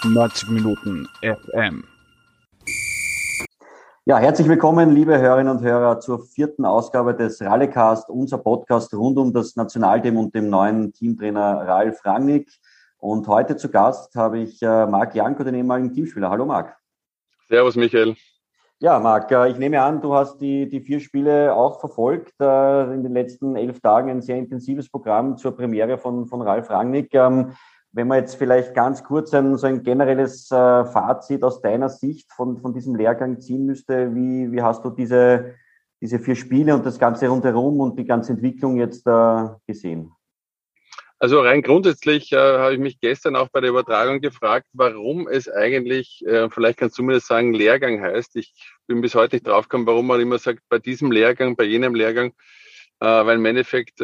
90 Minuten FM. Ja, herzlich willkommen, liebe Hörerinnen und Hörer, zur 4. Ausgabe des Rallycast, unser Podcast rund um das Nationalteam und dem neuen Teamtrainer Ralf Rangnick. Und heute zu Gast habe ich Marc Janko, den ehemaligen Teamspieler. Hallo Marc. Servus Michael. Ja, Marc, ich nehme an, du hast die 4 Spiele auch verfolgt. In den letzten 11 Tagen ein sehr intensives Programm zur Premiere von Ralf Rangnick. Wenn man jetzt vielleicht ganz kurz so ein generelles Fazit aus deiner Sicht von diesem Lehrgang ziehen müsste, wie hast du diese 4 Spiele und das Ganze rundherum und die ganze Entwicklung jetzt gesehen? Also rein grundsätzlich habe ich mich gestern auch bei der Übertragung gefragt, warum es eigentlich, vielleicht kannst du mir das sagen, Lehrgang heißt. Ich bin bis heute nicht draufgekommen, warum man immer sagt, bei diesem Lehrgang, bei jenem Lehrgang, weil im Endeffekt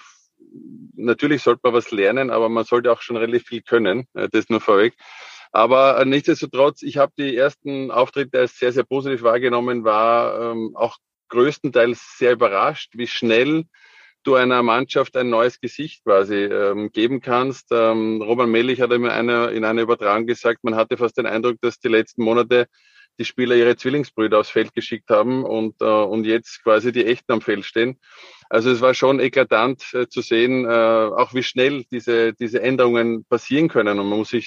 natürlich sollte man was lernen, aber man sollte auch schon relativ viel können, das nur vorweg. Aber nichtsdestotrotz, ich habe die ersten Auftritte als sehr, sehr positiv wahrgenommen, war auch größtenteils sehr überrascht, wie schnell du einer Mannschaft ein neues Gesicht quasi geben kannst. Roman Melich hat immer in einer Übertragung gesagt, man hatte fast den Eindruck, dass die letzten Monate die Spieler ihre Zwillingsbrüder aufs Feld geschickt haben und jetzt quasi die Echten am Feld stehen. Also es war schon eklatant zu sehen, auch wie schnell diese Änderungen passieren können. Und man muss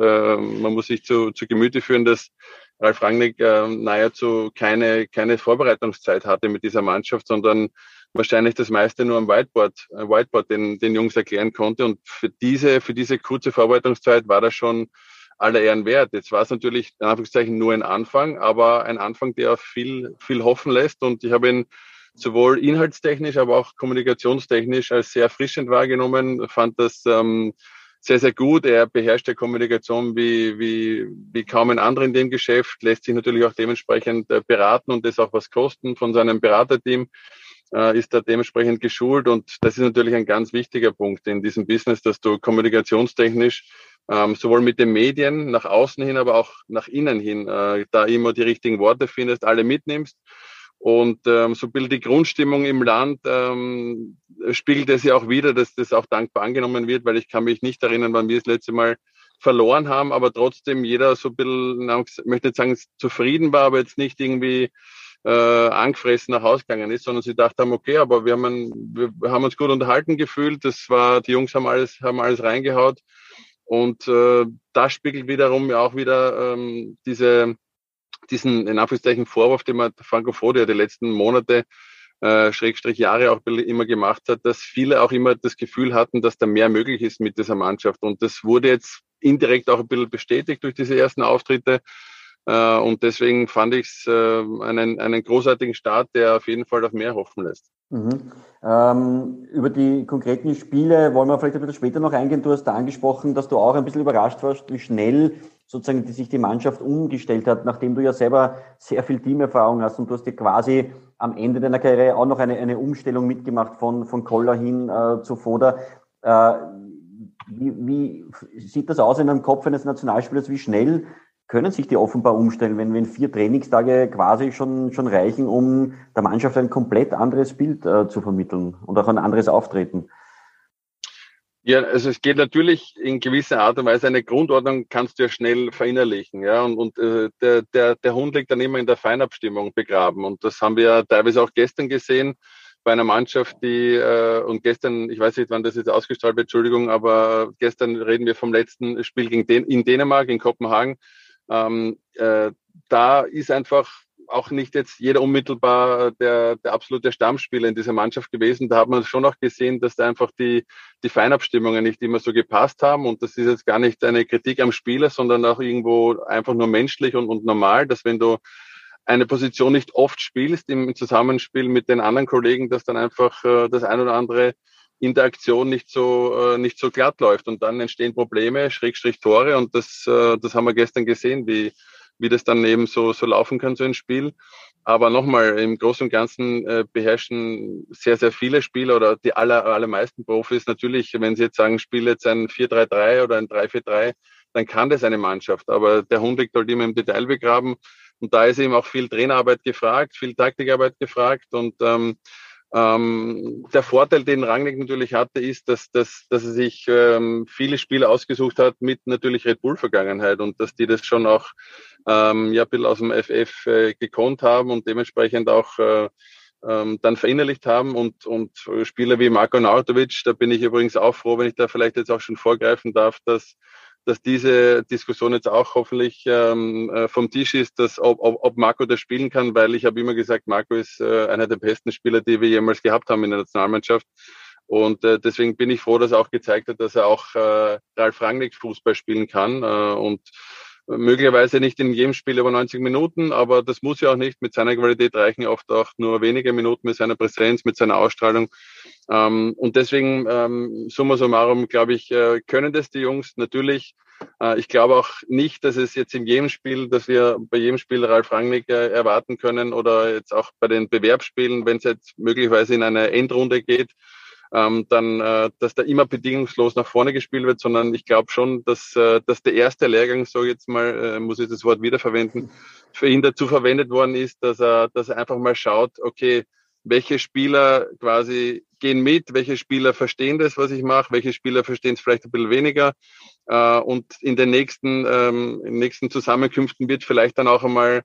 sich zu Gemüte führen, dass Ralf Rangnick nahezu keine Vorbereitungszeit hatte mit dieser Mannschaft, sondern wahrscheinlich das meiste nur am Whiteboard den Jungs erklären konnte. Und für diese kurze Vorbereitungszeit war das schon aller Ehren wert. Jetzt war es natürlich in Anführungszeichen nur ein Anfang, aber ein Anfang, der auf viel hoffen lässt. Und ich habe ihn sowohl inhaltstechnisch, aber auch kommunikationstechnisch als sehr erfrischend wahrgenommen, fand das sehr, sehr gut. Er beherrscht die Kommunikation wie kaum ein anderer in dem Geschäft, lässt sich natürlich auch dementsprechend beraten und das auch was kosten von seinem Beraterteam, ist da dementsprechend geschult. Und das ist natürlich ein ganz wichtiger Punkt in diesem Business, dass du kommunikationstechnisch sowohl mit den Medien nach außen hin, aber auch nach innen hin da immer die richtigen Worte findest, alle mitnimmst. Und so ein bisschen die Grundstimmung im Land spiegelt es ja auch wieder, dass das auch dankbar angenommen wird, weil ich kann mich nicht erinnern, wann wir das letzte Mal verloren haben, aber trotzdem jeder so ein bisschen, ich möchte nicht sagen, zufrieden war, aber jetzt nicht irgendwie angefressen nach Hause gegangen ist, sondern sie dachten haben, okay, aber wir haben uns gut unterhalten gefühlt, die Jungs haben alles reingehaut. Und das spiegelt wiederum ja auch wieder diesen in Anführungszeichen Vorwurf, den man Franco Foda die letzten Monate Schrägstrich Jahre auch immer gemacht hat, dass viele auch immer das Gefühl hatten, dass da mehr möglich ist mit dieser Mannschaft. Und das wurde jetzt indirekt auch ein bisschen bestätigt durch diese ersten Auftritte. Und deswegen fand ich es einen großartigen Start, der auf jeden Fall auf mehr hoffen lässt. Mhm. Über die konkreten Spiele wollen wir vielleicht ein bisschen später noch eingehen. Du hast da angesprochen, dass du auch ein bisschen überrascht warst, wie schnell sozusagen sich die Mannschaft umgestellt hat, nachdem du ja selber sehr viel Teamerfahrung hast und du hast dir quasi am Ende deiner Karriere auch noch eine Umstellung mitgemacht von Koller hin zu Foda. Wie sieht das aus in einem Kopf eines Nationalspielers? Wie schnell können sich die offenbar umstellen, wenn 4 Trainingstage quasi schon reichen, um der Mannschaft ein komplett anderes Bild zu vermitteln und auch ein anderes Auftreten? Ja, also es geht natürlich in gewisser Art und Weise, eine Grundordnung kannst du ja schnell verinnerlichen, ja, und der Hund liegt dann immer in der Feinabstimmung begraben, und das haben wir ja teilweise auch gestern gesehen bei einer Mannschaft, und gestern, ich weiß nicht, wann das jetzt ausgestrahlt wird, Entschuldigung, aber gestern reden wir vom letzten Spiel in Dänemark, in Kopenhagen. Da ist einfach auch nicht jetzt jeder unmittelbar der absolute Stammspieler in dieser Mannschaft gewesen. Da hat man schon auch gesehen, dass da einfach die Feinabstimmungen nicht immer so gepasst haben. Und das ist jetzt gar nicht eine Kritik am Spieler, sondern auch irgendwo einfach nur menschlich und normal, dass wenn du eine Position nicht oft spielst im Zusammenspiel mit den anderen Kollegen, dass dann einfach das ein oder andere Interaktion nicht so glatt läuft, und dann entstehen Probleme, Schrägstrich Tore, und das haben wir gestern gesehen, wie das dann eben so laufen kann, so ein Spiel. Aber nochmal, im Großen und Ganzen beherrschen sehr, sehr viele Spieler oder die allermeisten Profis natürlich, wenn sie jetzt sagen, spiele jetzt ein 4-3-3 oder ein 3-4-3, dann kann das eine Mannschaft. Aber der Hund liegt halt immer im Detail begraben, und da ist eben auch viel Trainerarbeit gefragt, viel Taktikarbeit gefragt, und Der Vorteil, den Rangnick natürlich hatte, ist, dass er sich viele Spiele ausgesucht hat mit natürlich Red Bull-Vergangenheit und dass die das schon auch ein bisschen aus dem FF gekonnt haben und dementsprechend auch dann verinnerlicht haben und Spieler wie Marko Nautovic, da bin ich übrigens auch froh, wenn ich da vielleicht jetzt auch schon vorgreifen darf, dass diese Diskussion jetzt auch hoffentlich vom Tisch ist, dass ob Marco das spielen kann, weil ich habe immer gesagt, Marco ist einer der besten Spieler, die wir jemals gehabt haben in der Nationalmannschaft. Und deswegen bin ich froh, dass er auch gezeigt hat, dass er auch Ralf Rangnick Fußball spielen kann und möglicherweise nicht in jedem Spiel über 90 Minuten, aber das muss ja auch nicht. Mit seiner Qualität reichen oft auch nur wenige Minuten mit seiner Präsenz, mit seiner Ausstrahlung. Und deswegen, summa summarum, glaube ich, können das die Jungs natürlich. Ich glaube auch nicht, dass es jetzt in jedem Spiel, dass wir bei jedem Spiel Ralf Rangnick erwarten können oder jetzt auch bei den Bewerbsspielen, wenn es jetzt möglicherweise in eine Endrunde geht, dass da immer bedingungslos nach vorne gespielt wird, sondern ich glaube schon, dass der erste Lehrgang, so jetzt mal, muss ich das Wort wiederverwenden, für ihn dazu verwendet worden ist, dass er einfach mal schaut, okay, welche Spieler quasi gehen mit, welche Spieler verstehen das, was ich mache, welche Spieler verstehen es vielleicht ein bisschen weniger. Und in den nächsten Zusammenkünften wird vielleicht dann auch einmal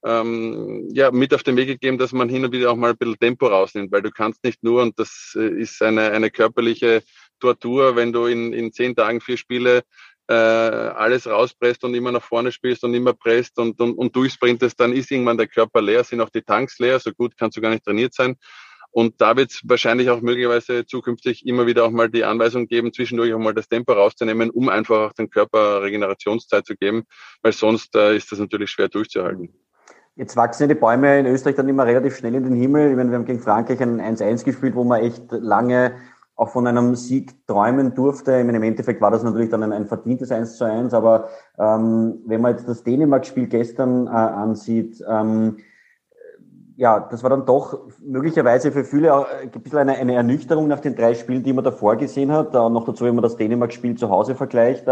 mit auf den Weg gegeben, dass man hin und wieder auch mal ein bisschen Tempo rausnimmt, weil du kannst nicht nur, und das ist eine körperliche Tortur, wenn du in 10 Tagen 4 Spiele alles rauspresst und immer nach vorne spielst und immer presst und durchsprintest, dann ist irgendwann der Körper leer, sind auch die Tanks leer, so gut kannst du gar nicht trainiert sein. Und da wird es wahrscheinlich auch möglicherweise zukünftig immer wieder auch mal die Anweisung geben, zwischendurch auch mal das Tempo rauszunehmen, um einfach auch den Körper Regenerationszeit zu geben, weil sonst ist das natürlich schwer durchzuhalten. Jetzt wachsen die Bäume in Österreich dann immer relativ schnell in den Himmel. Ich meine, wir haben gegen Frankreich ein 1-1 gespielt, wo man echt lange auch von einem Sieg träumen durfte. Ich meine, im Endeffekt war das natürlich dann ein verdientes 1-1, aber wenn man jetzt das Dänemark-Spiel gestern ansieht, das war dann doch möglicherweise für viele auch ein bisschen eine Ernüchterung nach den 3 Spielen, die man davor gesehen hat. Noch dazu, wenn man das Dänemark-Spiel zu Hause vergleicht.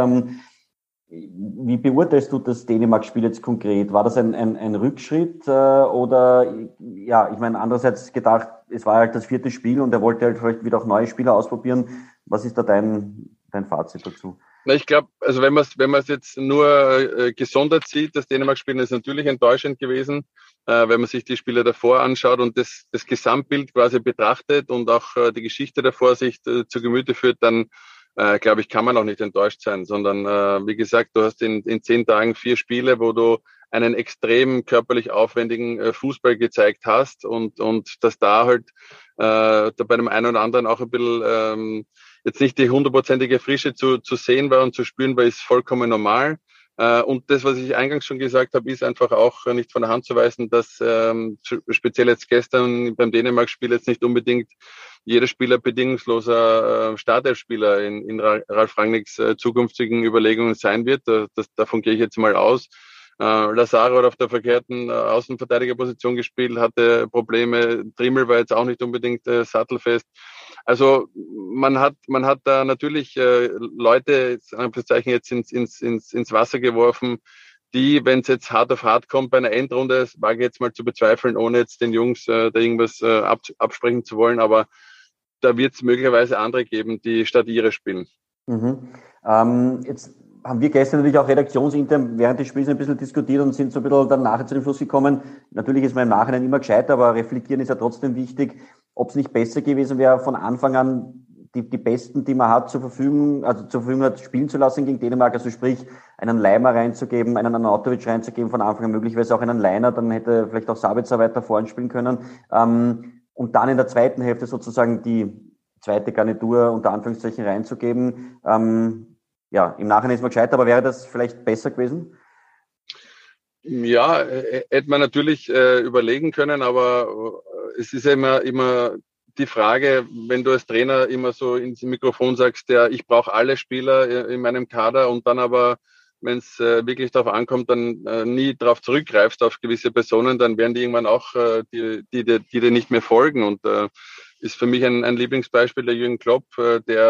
Wie beurteilst du das Dänemark-Spiel jetzt konkret? War das ein Rückschritt oder ich meine, andererseits gedacht, es war halt das 4. Spiel und er wollte halt vielleicht wieder auch neue Spieler ausprobieren. Was ist da dein Fazit dazu? Na, ich glaube, also wenn man es jetzt nur gesondert sieht, das Dänemark-Spiel ist natürlich enttäuschend gewesen, wenn man sich die Spiele davor anschaut und das Gesamtbild quasi betrachtet und auch die Geschichte davor sich zu Gemüte führt, dann glaube ich, kann man auch nicht enttäuscht sein, sondern wie gesagt, du hast in 10 Tagen 4 Spiele, wo du einen extrem körperlich aufwendigen Fußball gezeigt hast und dass da halt da bei dem einen oder anderen auch ein bisschen jetzt nicht die 100%ige Frische zu sehen war und zu spüren war, ist vollkommen normal. Und das, was ich eingangs schon gesagt habe, ist einfach auch nicht von der Hand zu weisen, dass speziell jetzt gestern beim Dänemark-Spiel jetzt nicht unbedingt jeder Spieler bedingungsloser Startelfspieler in Ralf Rangnicks zukünftigen Überlegungen sein wird. Davon gehe ich jetzt mal aus. Lazaro hat auf der verkehrten Außenverteidigerposition gespielt, hatte Probleme. Trimmel war jetzt auch nicht unbedingt sattelfest. Also man hat da natürlich Leute jetzt ins Wasser geworfen, die, wenn es jetzt hart auf hart kommt bei einer Endrunde, das wage ich jetzt mal zu bezweifeln, ohne jetzt den Jungs da irgendwas absprechen zu wollen, aber da wird es möglicherweise andere geben, die statt ihre spielen. Jetzt haben wir gestern natürlich auch redaktionsintern während des Spiels ein bisschen diskutiert und sind so ein bisschen dann nachher zu dem Schluss gekommen. Natürlich ist man im Nachhinein immer gescheiter, aber reflektieren ist ja trotzdem wichtig, ob es nicht besser gewesen wäre, von Anfang an die Besten, die man hat, zur Verfügung hat, spielen zu lassen gegen Dänemark. Also sprich, einen Leimer reinzugeben, einen Anatovic reinzugeben, von Anfang an möglicherweise auch einen Leiner, dann hätte vielleicht auch Sabitzer weiter vorn spielen können. Und dann in der zweiten Hälfte sozusagen die zweite Garnitur unter Anführungszeichen reinzugeben. Im Nachhinein ist man gescheiter, aber wäre das vielleicht besser gewesen? Ja, hätte man natürlich überlegen können, aber es ist ja immer die Frage, wenn du als Trainer immer so ins Mikrofon sagst, ich brauche alle Spieler in meinem Kader und dann aber, wenn es wirklich darauf ankommt, dann nie darauf zurückgreifst auf gewisse Personen, dann werden die irgendwann auch die dir nicht mehr folgen. Und ist für mich ein Lieblingsbeispiel der Jürgen Klopp, der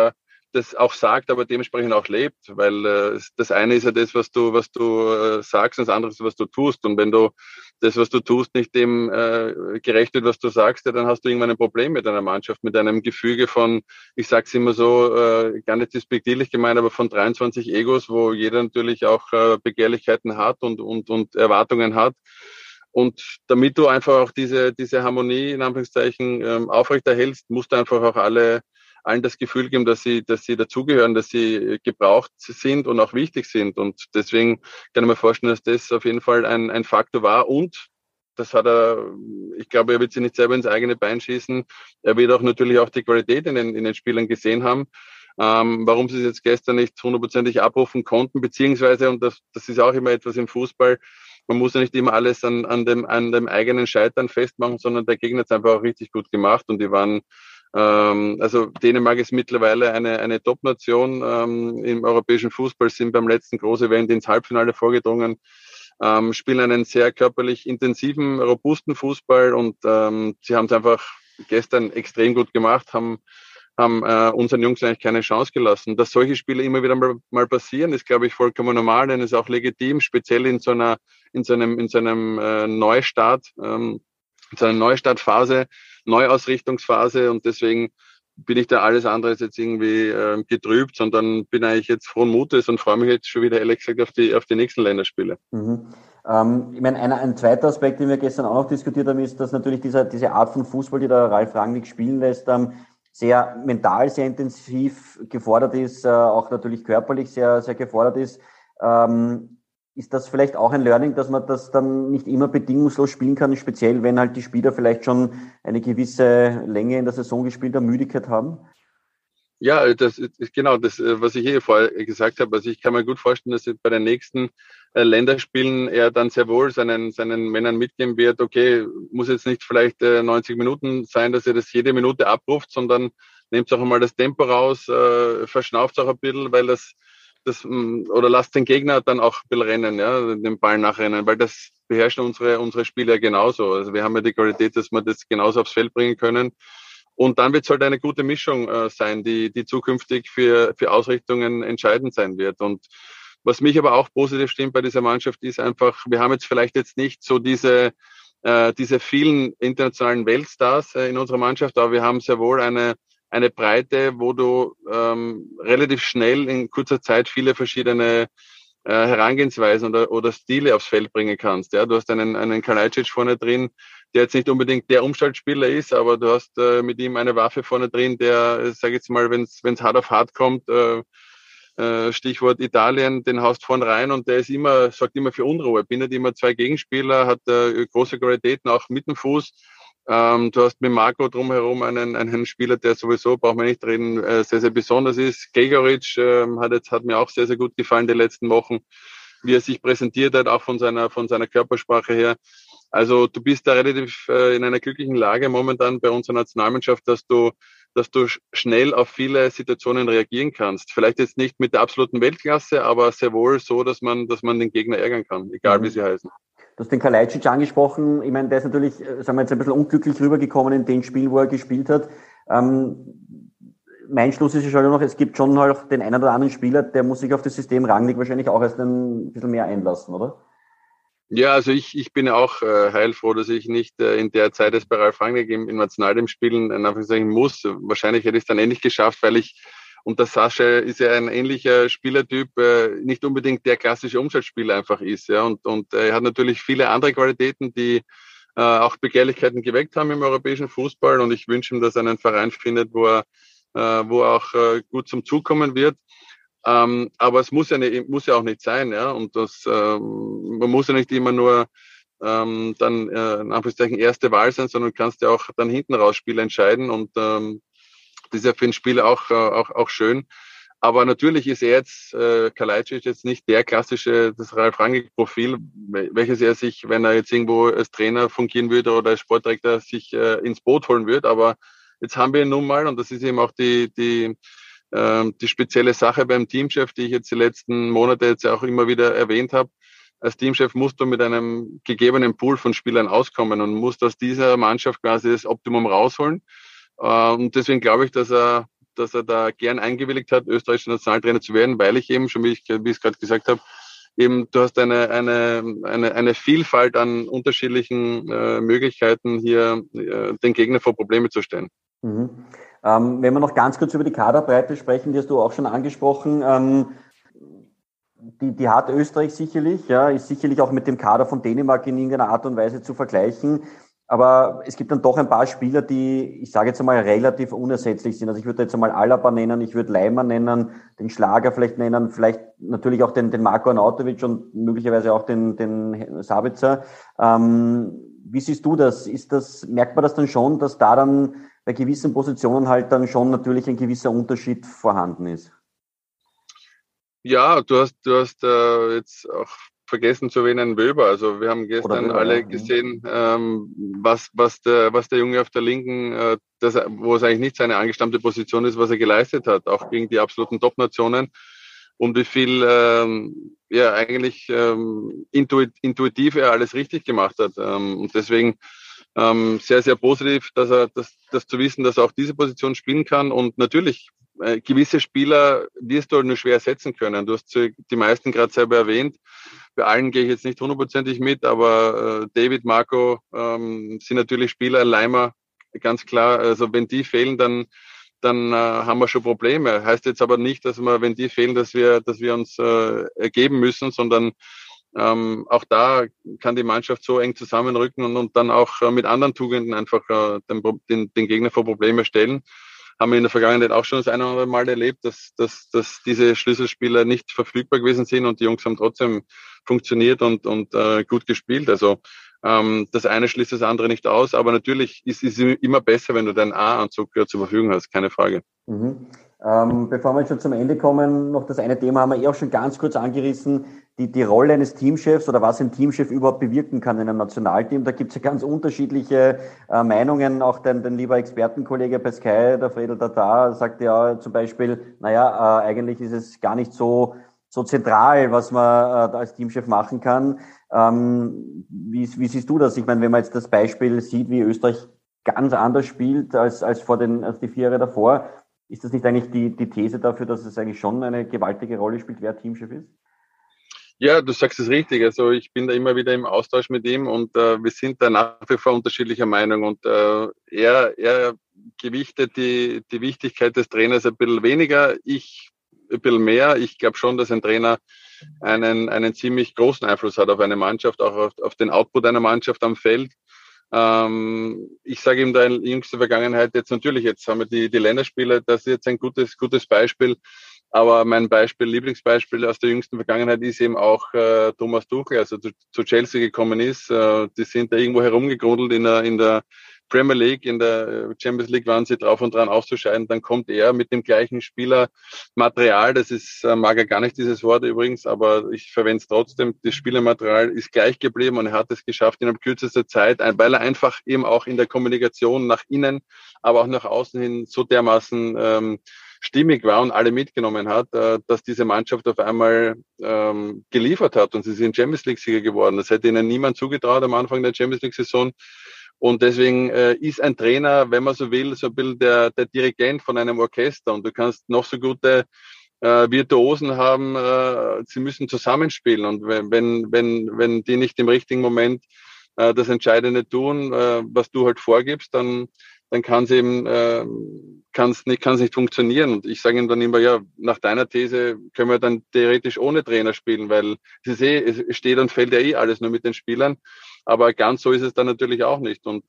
das auch sagt, aber dementsprechend auch lebt, weil das eine ist ja das, was du sagst, und das andere ist, was du tust. Und wenn du das, was du tust, nicht dem gerecht wird, was du sagst, ja, dann hast du irgendwann ein Problem mit deiner Mannschaft, mit einem Gefüge von, ich sag's immer so, gar nicht despektierlich gemeint, aber von 23 Egos, wo jeder natürlich auch Begehrlichkeiten hat und Erwartungen hat. Und damit du einfach auch diese Harmonie in Anführungszeichen aufrechterhältst, musst du einfach auch allen das Gefühl geben, dass sie dazugehören, dass sie gebraucht sind und auch wichtig sind. Und deswegen kann ich mir vorstellen, dass das auf jeden Fall ein Faktor war. Und das hat ich glaube, er wird sich nicht selber ins eigene Bein schießen. Er wird auch natürlich auch die Qualität in den Spielern gesehen haben. Warum sie es jetzt gestern nicht hundertprozentig abrufen konnten, beziehungsweise, und das ist auch immer etwas im Fußball, man muss ja nicht immer alles an dem eigenen Scheitern festmachen, sondern der Gegner hat es einfach auch richtig gut gemacht und die waren also Dänemark ist mittlerweile eine Top-Nation im europäischen Fußball, sind beim letzten Groß-Event ins Halbfinale vorgedrungen, spielen einen sehr körperlich intensiven, robusten Fußball und sie haben es einfach gestern extrem gut gemacht, haben unseren Jungs eigentlich keine Chance gelassen. Dass solche Spiele immer wieder mal passieren, ist, glaube ich, vollkommen normal, denn es ist auch legitim, speziell in so einem Neustart, in so einer Neustartphase, Neuausrichtungsphase und deswegen bin ich da alles andere als jetzt irgendwie getrübt, sondern bin eigentlich jetzt frohen Mutes und freue mich jetzt schon wieder, ehrlich gesagt, auf die nächsten Länderspiele. Mhm. Ich meine, ein zweiter Aspekt, den wir gestern auch noch diskutiert haben, ist, dass natürlich diese Art von Fußball, die der Ralf Rangnick spielen lässt, sehr mental, sehr intensiv gefordert ist, auch natürlich körperlich sehr, sehr gefordert ist. Ist das vielleicht auch ein Learning, dass man das dann nicht immer bedingungslos spielen kann, speziell wenn halt die Spieler vielleicht schon eine gewisse Länge in der Saison gespielt haben, Müdigkeit haben? Ja, das ist genau das, was ich vorher gesagt habe. Also ich kann mir gut vorstellen, dass bei den nächsten Länderspielen er dann sehr wohl seinen Männern mitgeben wird, okay, muss jetzt nicht vielleicht 90 Minuten sein, dass er das jede Minute abruft, sondern nehmt auch einmal das Tempo raus, verschnauft auch ein bisschen, weil das oder lasst den Gegner dann auch ein bisschen rennen, ja, den Ball nachrennen, weil das beherrschen unsere Spieler genauso. Also wir haben ja die Qualität, dass wir das genauso aufs Feld bringen können. Und dann wird es halt eine gute Mischung sein, die zukünftig für Ausrichtungen entscheidend sein wird. Und was mich aber auch positiv stimmt bei dieser Mannschaft ist einfach, wir haben jetzt vielleicht jetzt nicht so diese vielen internationalen Weltstars in unserer Mannschaft, aber wir haben sehr wohl eine Breite, wo du relativ schnell in kurzer Zeit viele verschiedene Herangehensweisen oder Stile aufs Feld bringen kannst. Ja, du hast einen Kalajdzic vorne drin, der jetzt nicht unbedingt der Umschaltspieler ist, aber du hast mit ihm eine Waffe vorne drin, der, sag ich jetzt mal, wenn's hart auf hart kommt, Stichwort Italien, den haust vorne rein und der sorgt immer für Unruhe, bindet immer zwei Gegenspieler, hat große Qualitäten auch mit dem Fuß. Du hast mit Marco drumherum einen Spieler, der sowieso, braucht man nicht reden, sehr, sehr besonders ist. Gregoric hat mir auch sehr, sehr gut gefallen die letzten Wochen, wie er sich präsentiert hat, auch von seiner Körpersprache her. Also du bist da relativ in einer glücklichen Lage momentan bei unserer Nationalmannschaft, dass du schnell auf viele Situationen reagieren kannst. Vielleicht jetzt nicht mit der absoluten Weltklasse, aber sehr wohl so, dass man den Gegner ärgern kann, egal wie sie heißen. Du hast den Kalajdzic angesprochen. Ich meine, der ist natürlich, sagen wir jetzt, ein bisschen unglücklich rübergekommen in den Spielen, wo er gespielt hat. Mein Schluss ist ja schon noch, es gibt schon halt den einen oder anderen Spieler, der muss sich auf das System Rangnick wahrscheinlich auch erst ein bisschen mehr einlassen, oder? Ja, also ich bin ja auch heilfroh, dass ich nicht in der Zeit als bei Ralf Rangnick im Nationalteam spielen einfach sagen muss. Wahrscheinlich hätte ich es dann ähnlich geschafft, und der Sascha ist ja ein ähnlicher Spielertyp, nicht unbedingt der klassische Umschaltspieler einfach ist. Ja, und er hat natürlich viele andere Qualitäten, die auch Begehrlichkeiten geweckt haben im europäischen Fußball. Und ich wünsche ihm, dass er einen Verein findet, wo er auch gut zum Zug kommen wird. Aber es muss ja auch nicht sein, ja. Und man muss ja nicht immer nur dann in Anführungszeichen erste Wahl sein, sondern kannst ja auch dann hinten raus Spiele entscheiden. Und das ist ja für den Spieler auch schön. Aber natürlich ist er jetzt, Kalajdzic jetzt nicht der klassische, das Ralf Rangnick-Profil, welches er sich, wenn er jetzt irgendwo als Trainer fungieren würde oder als Sportdirektor sich ins Boot holen würde. Aber jetzt haben wir ihn nun mal, und das ist eben auch die spezielle Sache beim Teamchef, die ich jetzt die letzten Monate jetzt auch immer wieder erwähnt habe. Als Teamchef musst du mit einem gegebenen Pool von Spielern auskommen und musst aus dieser Mannschaft quasi das Optimum rausholen. Und deswegen glaube ich, dass er dass er da gern eingewilligt hat, österreichischer Nationaltrainer zu werden, weil ich eben, schon wie ich es gerade gesagt habe, eben du hast eine Vielfalt an unterschiedlichen Möglichkeiten, hier den Gegner vor Probleme zu stellen. Mhm. Wenn wir noch ganz kurz über die Kaderbreite sprechen, die hast du auch schon angesprochen. Die hat Österreich sicherlich, ja, ist sicherlich auch mit dem Kader von Dänemark in irgendeiner Art und Weise zu vergleichen. Aber es gibt dann doch ein paar Spieler, die, ich sage jetzt einmal, relativ unersetzlich sind. Also ich würde jetzt einmal Alaba nennen, ich würde Leimer nennen, den Schlager vielleicht nennen, vielleicht natürlich auch den Marko Arnautovic und möglicherweise auch den Sabitzer. Wie siehst du das? Merkt man das dann schon, dass da dann bei gewissen Positionen halt dann schon natürlich ein gewisser Unterschied vorhanden ist? Ja, du hast jetzt auch vergessen zu erwähnen Wöber. Also wir haben gestern Wöber, alle ja. gesehen, was der Junge auf der Linken, wo es eigentlich nicht seine angestammte Position ist, was er geleistet hat, auch gegen die absoluten Top-Nationen und wie viel eigentlich intuitiv er alles richtig gemacht hat. Und deswegen sehr, sehr positiv, das zu wissen, dass er auch diese Position spielen kann. Und natürlich, gewisse Spieler wirst du halt nur schwer ersetzen können. Du hast die meisten gerade selber erwähnt. Bei allen gehe ich jetzt nicht hundertprozentig mit, aber David, Marco sind natürlich Spieler, Leimer, ganz klar. Also wenn die fehlen, dann haben wir schon Probleme. Heißt jetzt aber nicht, dass wir, wenn die fehlen, dass wir uns ergeben müssen, sondern auch da kann die Mannschaft so eng zusammenrücken und dann auch mit anderen Tugenden einfach den Gegner vor Probleme stellen. Haben wir in der Vergangenheit auch schon das eine oder andere Mal erlebt, dass diese Schlüsselspieler nicht verfügbar gewesen sind und die Jungs haben trotzdem funktioniert und gut gespielt. Also das eine schließt das andere nicht aus, aber natürlich ist es immer besser, wenn du deinen A-Anzug zur Verfügung hast, keine Frage. Mhm. Bevor wir schon zum Ende kommen, noch das eine Thema haben wir auch schon ganz kurz angerissen, die Rolle eines Teamchefs oder was ein Teamchef überhaupt bewirken kann in einem Nationalteam. Da gibt es ja ganz unterschiedliche Meinungen. Auch dein lieber Expertenkollege bei Sky, der Fredel Tatar, sagt ja zum Beispiel, eigentlich ist es gar nicht so zentral, was man als Teamchef machen kann. Wie siehst du das? Ich meine, wenn man jetzt das Beispiel sieht, wie Österreich ganz anders spielt als die 4 Jahre davor, ist das nicht eigentlich die These dafür, dass es eigentlich schon eine gewaltige Rolle spielt, wer Teamchef ist? Ja, du sagst es richtig. Also ich bin da immer wieder im Austausch mit ihm und wir sind da nach wie vor unterschiedlicher Meinung und er gewichtet die Wichtigkeit des Trainers ein bisschen weniger, ich ein bisschen mehr. Ich glaube schon, dass ein Trainer einen ziemlich großen Einfluss hat auf eine Mannschaft, auch auf den Output einer Mannschaft am Feld. Ich sage ihm da in jüngster Vergangenheit jetzt haben wir die Länderspiele, das ist jetzt ein gutes Beispiel. Aber mein Lieblingsbeispiel aus der jüngsten Vergangenheit ist eben auch Thomas Tuchel, also zu Chelsea gekommen ist. Die sind da irgendwo herumgegrundelt in der Premier League, in der Champions League waren sie drauf und dran auszuscheiden. Dann kommt er mit dem gleichen Spielermaterial. Das ist, mag er gar nicht dieses Wort übrigens, aber ich verwende es trotzdem. Das Spielermaterial ist gleich geblieben und er hat es geschafft in kürzester Zeit, weil er einfach eben auch in der Kommunikation nach innen, aber auch nach außen hin so dermaßen stimmig war und alle mitgenommen hat, dass diese Mannschaft auf einmal geliefert hat und sie sind Champions League-Sieger geworden. Das hätte ihnen niemand zugetraut am Anfang der Champions League-Saison. Und deswegen ist ein Trainer, wenn man so will, so ein bisschen der Dirigent von einem Orchester. Und du kannst noch so gute Virtuosen haben, sie müssen zusammenspielen. Und wenn die nicht im richtigen Moment das Entscheidende tun, was du halt vorgibst, dann kann es eben kann's nicht funktionieren. Und ich sage ihm dann immer, ja, nach deiner These können wir dann theoretisch ohne Trainer spielen, weil es steht und fällt ja alles nur mit den Spielern. Aber ganz so ist es dann natürlich auch nicht. Und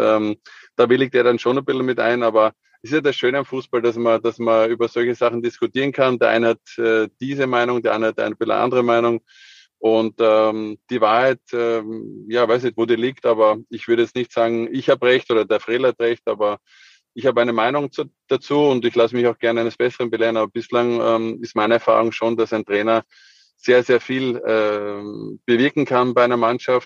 da willigt er dann schon ein bisschen mit ein. Aber es ist ja das Schöne am Fußball, dass man über solche Sachen diskutieren kann. Der eine hat diese Meinung, der andere hat eine bisschen andere Meinung. Und die Wahrheit, weiß nicht, wo die liegt, aber ich würde jetzt nicht sagen, ich habe recht oder der Frel hat recht, aber ich habe eine Meinung dazu und ich lasse mich auch gerne eines Besseren belehren. Aber bislang ist meine Erfahrung schon, dass ein Trainer sehr, sehr viel bewirken kann bei einer Mannschaft.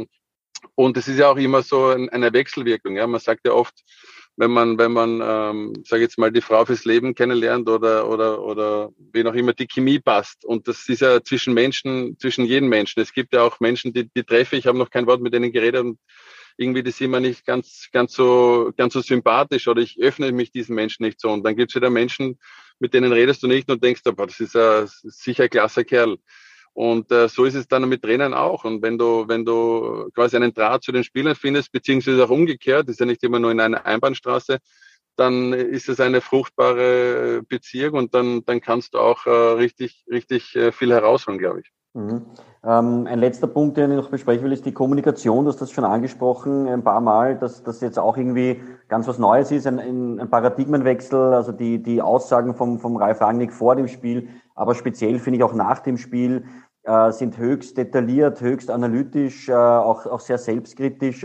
Und es ist ja auch immer so eine Wechselwirkung. Ja, man sagt ja oft, wenn man, sage jetzt mal, die Frau fürs Leben kennenlernt oder wie noch immer die Chemie passt. Und das ist ja zwischen jedem Menschen. Es gibt ja auch Menschen, die treffe ich, habe noch kein Wort mit denen geredet und irgendwie die sind mir nicht ganz so sympathisch oder ich öffne mich diesen Menschen nicht so. Und dann gibt es wieder Menschen, mit denen redest du nicht und denkst, aber das ist sicher ein klasse Kerl. Und so ist es dann mit Trainern auch. Und wenn du quasi einen Draht zu den Spielern findest, beziehungsweise auch umgekehrt, ist ja nicht immer nur in einer Einbahnstraße, dann ist es eine fruchtbare Beziehung und dann kannst du auch richtig viel herausholen, glaube ich. Mhm. Ein letzter Punkt, den ich noch besprechen will, ist die Kommunikation. Du hast das schon angesprochen ein paar Mal, dass das jetzt auch irgendwie ganz was Neues ist, ein Paradigmenwechsel, also die Aussagen vom Ralf Rangnick vor dem Spiel, aber speziell finde ich auch nach dem Spiel, sind höchst detailliert, höchst analytisch, auch sehr selbstkritisch.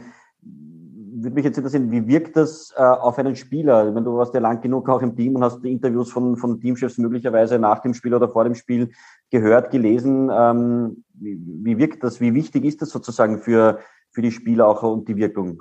Würde mich jetzt interessieren, wie wirkt das auf einen Spieler? Wenn du warst ja lang genug auch im Team und hast die Interviews von Teamchefs möglicherweise nach dem Spiel oder vor dem Spiel gehört, gelesen. Wie wirkt das? Wie wichtig ist das sozusagen für die Spieler auch und die Wirkung?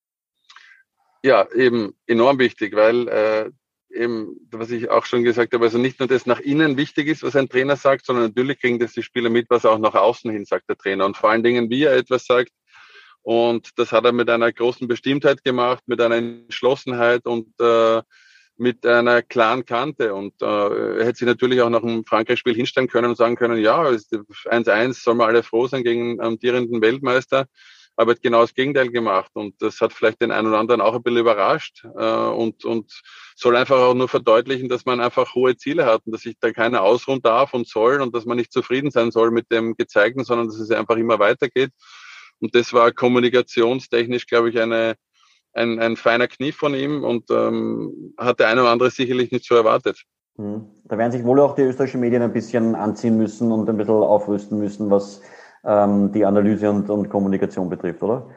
Ja, eben enorm wichtig, weil eben, was ich auch schon gesagt habe, also nicht nur das nach innen wichtig ist, was ein Trainer sagt, sondern natürlich kriegen das die Spieler mit, was er auch nach außen hin sagt, der Trainer. Und vor allen Dingen, wie er etwas sagt. Und das hat er mit einer großen Bestimmtheit gemacht, mit einer Entschlossenheit und mit einer klaren Kante. Und er hätte sich natürlich auch nach dem Frankreich-Spiel hinstellen können und sagen können, ja, 1-1, sollen wir alle froh sein gegen einen amtierenden Weltmeister. Aber er hat genau das Gegenteil gemacht. Und das hat vielleicht den einen oder anderen auch ein bisschen überrascht und soll einfach auch nur verdeutlichen, dass man einfach hohe Ziele hat und dass sich da keiner ausruhen darf und soll und dass man nicht zufrieden sein soll mit dem Gezeigten, sondern dass es einfach immer weitergeht. Und das war kommunikationstechnisch, glaube ich, ein feiner Kniff von ihm und hat der eine oder andere sicherlich nicht so erwartet. Da werden sich wohl auch die österreichischen Medien ein bisschen anziehen müssen und ein bisschen aufrüsten müssen, was die Analyse und Kommunikation betrifft, oder?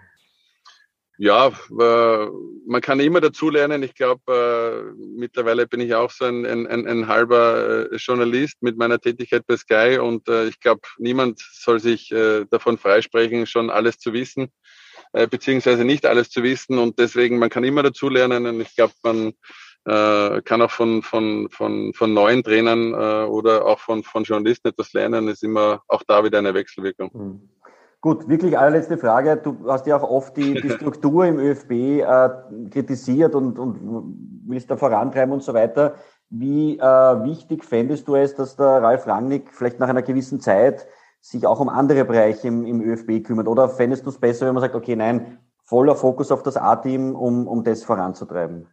Ja, man kann immer dazulernen. Ich glaube, mittlerweile bin ich auch so ein halber Journalist mit meiner Tätigkeit bei Sky und ich glaube, niemand soll sich davon freisprechen, schon alles zu wissen, beziehungsweise nicht alles zu wissen und deswegen, man kann immer dazulernen und ich glaube, man kann auch von neuen Trainern oder auch von Journalisten etwas lernen. Es ist immer auch da wieder eine Wechselwirkung. Mhm. Gut, wirklich allerletzte Frage. Du hast ja auch oft die Struktur im ÖFB kritisiert und willst da vorantreiben und so weiter. Wie wichtig fändest du es, dass der Ralf Rangnick vielleicht nach einer gewissen Zeit sich auch um andere Bereiche im ÖFB kümmert? Oder fändest du es besser, wenn man sagt, okay, nein, voller Fokus auf das A-Team, um das voranzutreiben?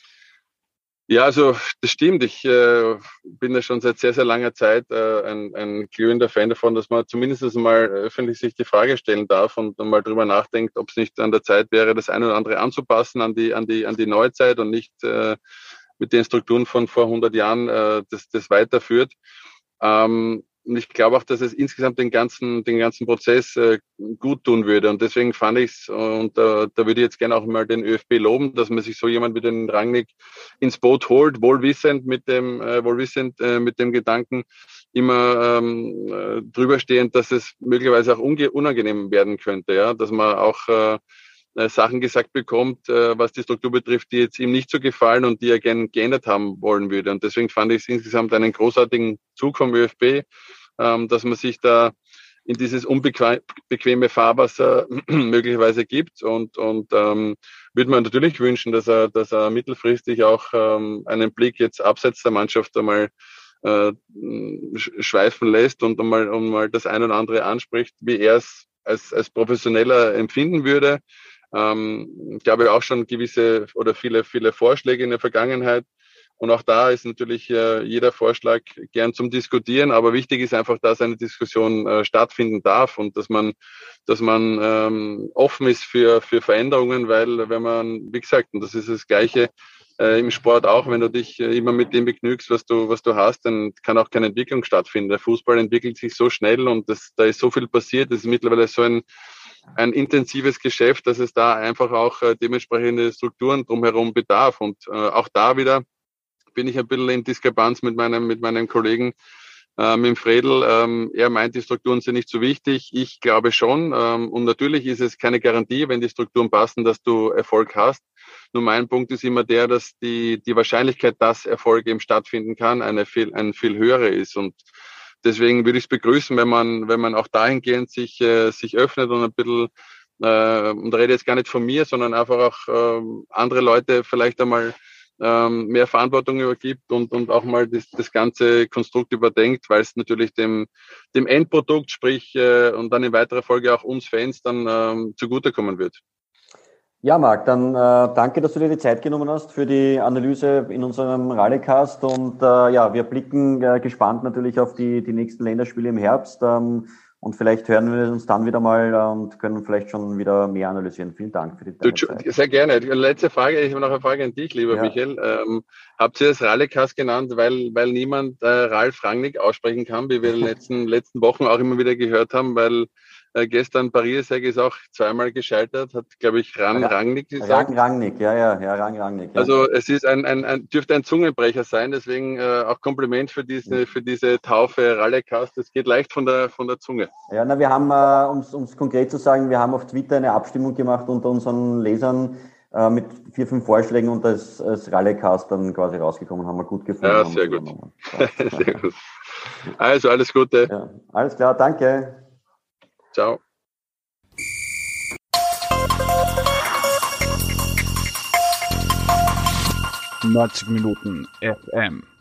Ja, also das stimmt. Ich bin da schon seit sehr, sehr langer Zeit ein glühender Fan davon, dass man zumindest mal öffentlich sich die Frage stellen darf und mal drüber nachdenkt, ob es nicht an der Zeit wäre, das eine oder andere anzupassen an die Neuzeit und nicht mit den Strukturen von vor 100 Jahren das weiterführt. Und ich glaube auch, dass es insgesamt den ganzen Prozess gut tun würde. Und deswegen fand ich es, und da würde ich jetzt gerne auch mal den ÖFB loben, dass man sich so jemand wie den Rangnick ins Boot holt, wohlwissend mit dem Gedanken, immer drüberstehend, dass es möglicherweise auch unangenehm werden könnte, ja, dass man auch Sachen gesagt bekommt, was die Struktur betrifft, die jetzt ihm nicht so gefallen und die er gerne geändert haben wollen würde. Und deswegen fand ich es insgesamt einen großartigen Zug vom ÖFB, dass man sich da in dieses unbequeme Fahrwasser möglicherweise gibt und würde man natürlich wünschen, dass er mittelfristig auch einen Blick jetzt abseits der Mannschaft einmal schweifen lässt und mal das ein oder andere anspricht, wie er es als Professioneller empfinden würde. Ich glaube auch schon gewisse oder viele Vorschläge in der Vergangenheit. Und auch da ist natürlich jeder Vorschlag gern zum Diskutieren, aber wichtig ist einfach, dass eine Diskussion stattfinden darf und dass man offen ist für Veränderungen, weil wenn man, wie gesagt, und das ist das Gleiche im Sport auch, wenn du dich immer mit dem begnügst, was du hast, dann kann auch keine Entwicklung stattfinden. Der Fußball entwickelt sich so schnell und da ist so viel passiert. Das ist mittlerweile so ein intensives Geschäft, dass es da einfach auch dementsprechende Strukturen drumherum bedarf. Und auch da wieder bin ich ein bisschen in Diskrepanz mit meinem Kollegen, mit dem Fredel. Er meint, die Strukturen sind nicht so wichtig. Ich glaube schon. Und natürlich ist es keine Garantie, wenn die Strukturen passen, dass du Erfolg hast. Nur mein Punkt ist immer der, dass die Wahrscheinlichkeit, dass Erfolg eben stattfinden kann, eine viel höhere ist. Und deswegen würde ich es begrüßen, wenn man auch dahingehend sich öffnet und ein bisschen und rede jetzt gar nicht von mir, sondern einfach auch andere Leute vielleicht einmal mehr Verantwortung übergibt und auch mal das ganze Konstrukt überdenkt, weil es natürlich dem Endprodukt, sprich und dann in weiterer Folge auch uns Fans dann zugutekommen wird. Ja, Marc, dann danke, dass du dir die Zeit genommen hast für die Analyse in unserem Rallycast und wir blicken gespannt natürlich auf die nächsten Länderspiele im Herbst und vielleicht hören wir uns dann wieder mal und können vielleicht schon wieder mehr analysieren. Vielen Dank für die Zeit. Sehr gerne. Letzte Frage, ich habe noch eine Frage an dich, lieber Michael. Habt ihr das Rallycast genannt, weil niemand Ralf Rangnick aussprechen kann, wie wir in den letzten Wochen auch immer wieder gehört haben, weil gestern Paris ist auch zweimal gescheitert, hat, glaube ich, Rangnick gesagt. Rangnick. Ja. Also es ist dürfte ein Zungenbrecher sein, deswegen auch Kompliment für diese Taufe Rallycast. Es geht leicht von der Zunge. Ja, wir haben, um es konkret zu sagen, wir haben auf Twitter eine Abstimmung gemacht unter unseren Lesern mit 4, 5 Vorschlägen und das Rallycast dann quasi rausgekommen, haben wir gut gefunden. Ja, sehr gut. Sehr gut. Also alles Gute. Ja, alles klar, danke. Ciao. »90 Minuten FM«.